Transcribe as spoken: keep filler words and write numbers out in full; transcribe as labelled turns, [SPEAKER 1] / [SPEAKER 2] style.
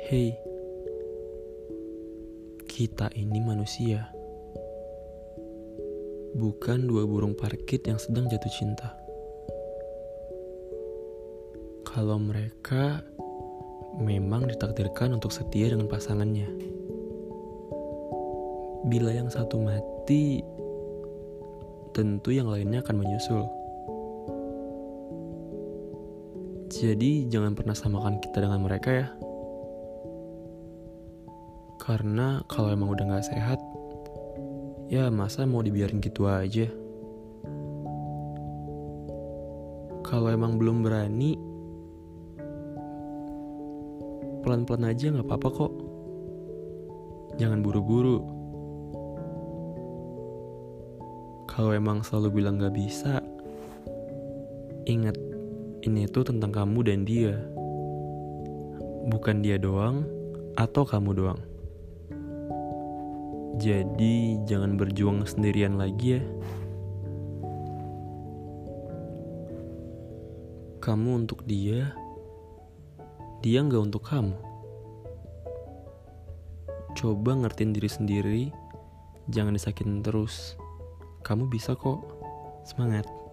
[SPEAKER 1] Hei, kita ini manusia, bukan dua burung parkit yang sedang jatuh cinta. Kalau mereka memang ditakdirkan untuk setia dengan pasangannya, bila yang satu mati, tentu yang lainnya akan menyusul. Jadi jangan pernah samakan kita dengan mereka ya. Karena kalau emang udah gak sehat, ya masa mau dibiarin gitu aja. Kalau emang belum berani, pelan-pelan aja gak apa-apa kok. Jangan buru-buru. Kalau emang selalu bilang gak bisa, ingat, ini tuh tentang kamu dan dia. Bukan dia doang atau kamu doang. Jadi jangan berjuang sendirian lagi ya. Kamu untuk dia, dia gak untuk kamu. Coba ngertiin diri sendiri, jangan disakitin terus. Kamu bisa kok, semangat.